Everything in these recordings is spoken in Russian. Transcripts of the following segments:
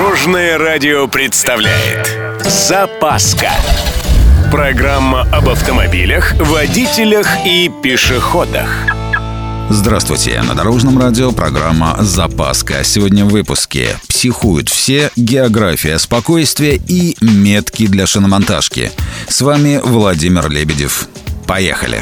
Дорожное радио представляет «Запаска». Программа об автомобилях, водителях и пешеходах. Здравствуйте, на Дорожном радио программа «Запаска». Сегодня в выпуске: психуют все, география спокойствия и метки для шиномонтажки. С вами Владимир Лебедев. Поехали!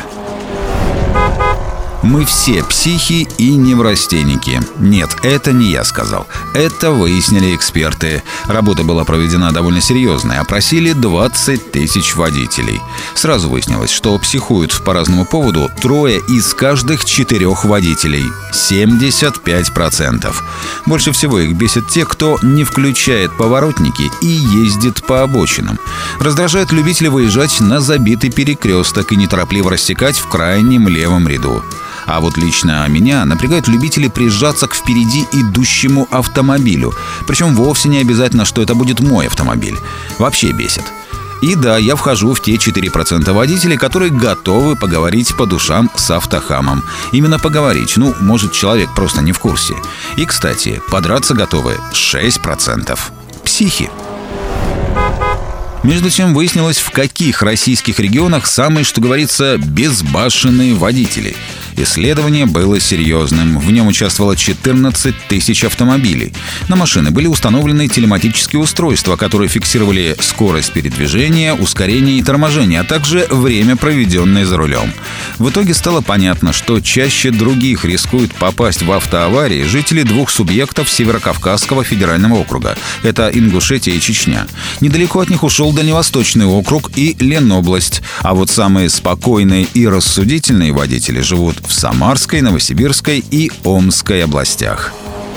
Мы все психи и неврастенники. Нет, это не я сказал. Это выяснили эксперты. Работа была проведена довольно серьезная. Опросили 20 тысяч водителей. Сразу выяснилось, что психуют по разному поводу 3 из каждых 4 водителей. 75%. Больше всего их бесит те, кто не включает поворотники и ездит по обочинам. Раздражает любителей выезжать на забитый перекресток и неторопливо рассекать в крайнем левом ряду. А вот лично меня напрягают любители прижаться к впереди идущему автомобилю. Причем вовсе не обязательно, что это будет мой автомобиль. Вообще бесит. И да, я вхожу в те 4% водителей, которые готовы поговорить по душам с автохамом. Именно поговорить, может, человек просто не в курсе. И, кстати, подраться готовы 6%. Психи. Между тем выяснилось, в каких российских регионах самые, что говорится, безбашенные водители. Исследование было серьезным. В нем участвовало 14 тысяч автомобилей. На машины были установлены телематические устройства, которые фиксировали скорость передвижения, ускорение и торможение, а также время, проведенное за рулем. В итоге стало понятно, что чаще других рискуют попасть в автоаварии жители 2 субъектов Северокавказского федерального округа. Это Ингушетия и Чечня. Недалеко от них ушел Дальневосточный округ и Ленобласть. А вот самые спокойные и рассудительные водители живут в Самарской, Новосибирской и Омской областях.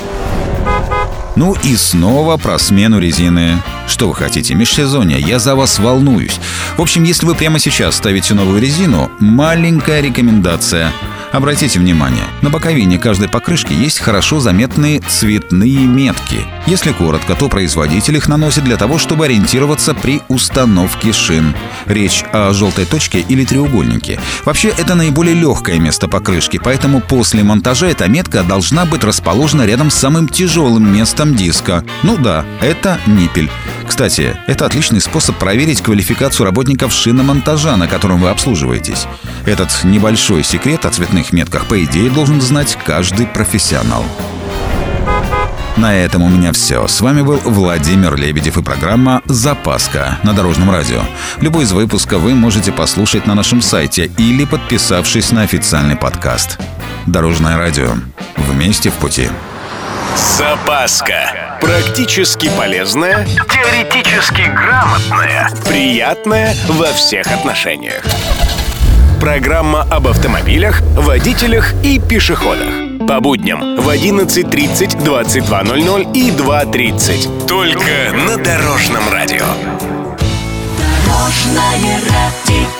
И снова про смену резины. Что вы хотите, межсезонье, я за вас волнуюсь. В общем, если вы прямо сейчас ставите новую резину, маленькая рекомендация. Обратите внимание, на боковине каждой покрышки есть хорошо заметные цветные метки. Если коротко, то производитель их наносит для того, чтобы ориентироваться при установке шин. Речь о желтой точке или треугольнике. Вообще, это наиболее легкое место покрышки, поэтому после монтажа эта метка должна быть расположена рядом с самым тяжелым местом диска. Да, это ниппель. Кстати, это отличный способ проверить квалификацию работников шиномонтажа, на котором вы обслуживаетесь. Этот небольшой секрет о цветных метках, по идее, должен знать каждый профессионал. На этом у меня все. С вами был Владимир Лебедев и программа «Запаска» на Дорожном радио. Любой из выпусков вы можете послушать на нашем сайте или подписавшись на официальный подкаст. Дорожное радио. Вместе в пути. «Запаска». Практически полезная, теоретически грамотная, приятная во всех отношениях. Программа об автомобилях, водителях и пешеходах. По будням в 11:30, 22:00 и 2:30. Только на Дорожном радио. Дорожное радио.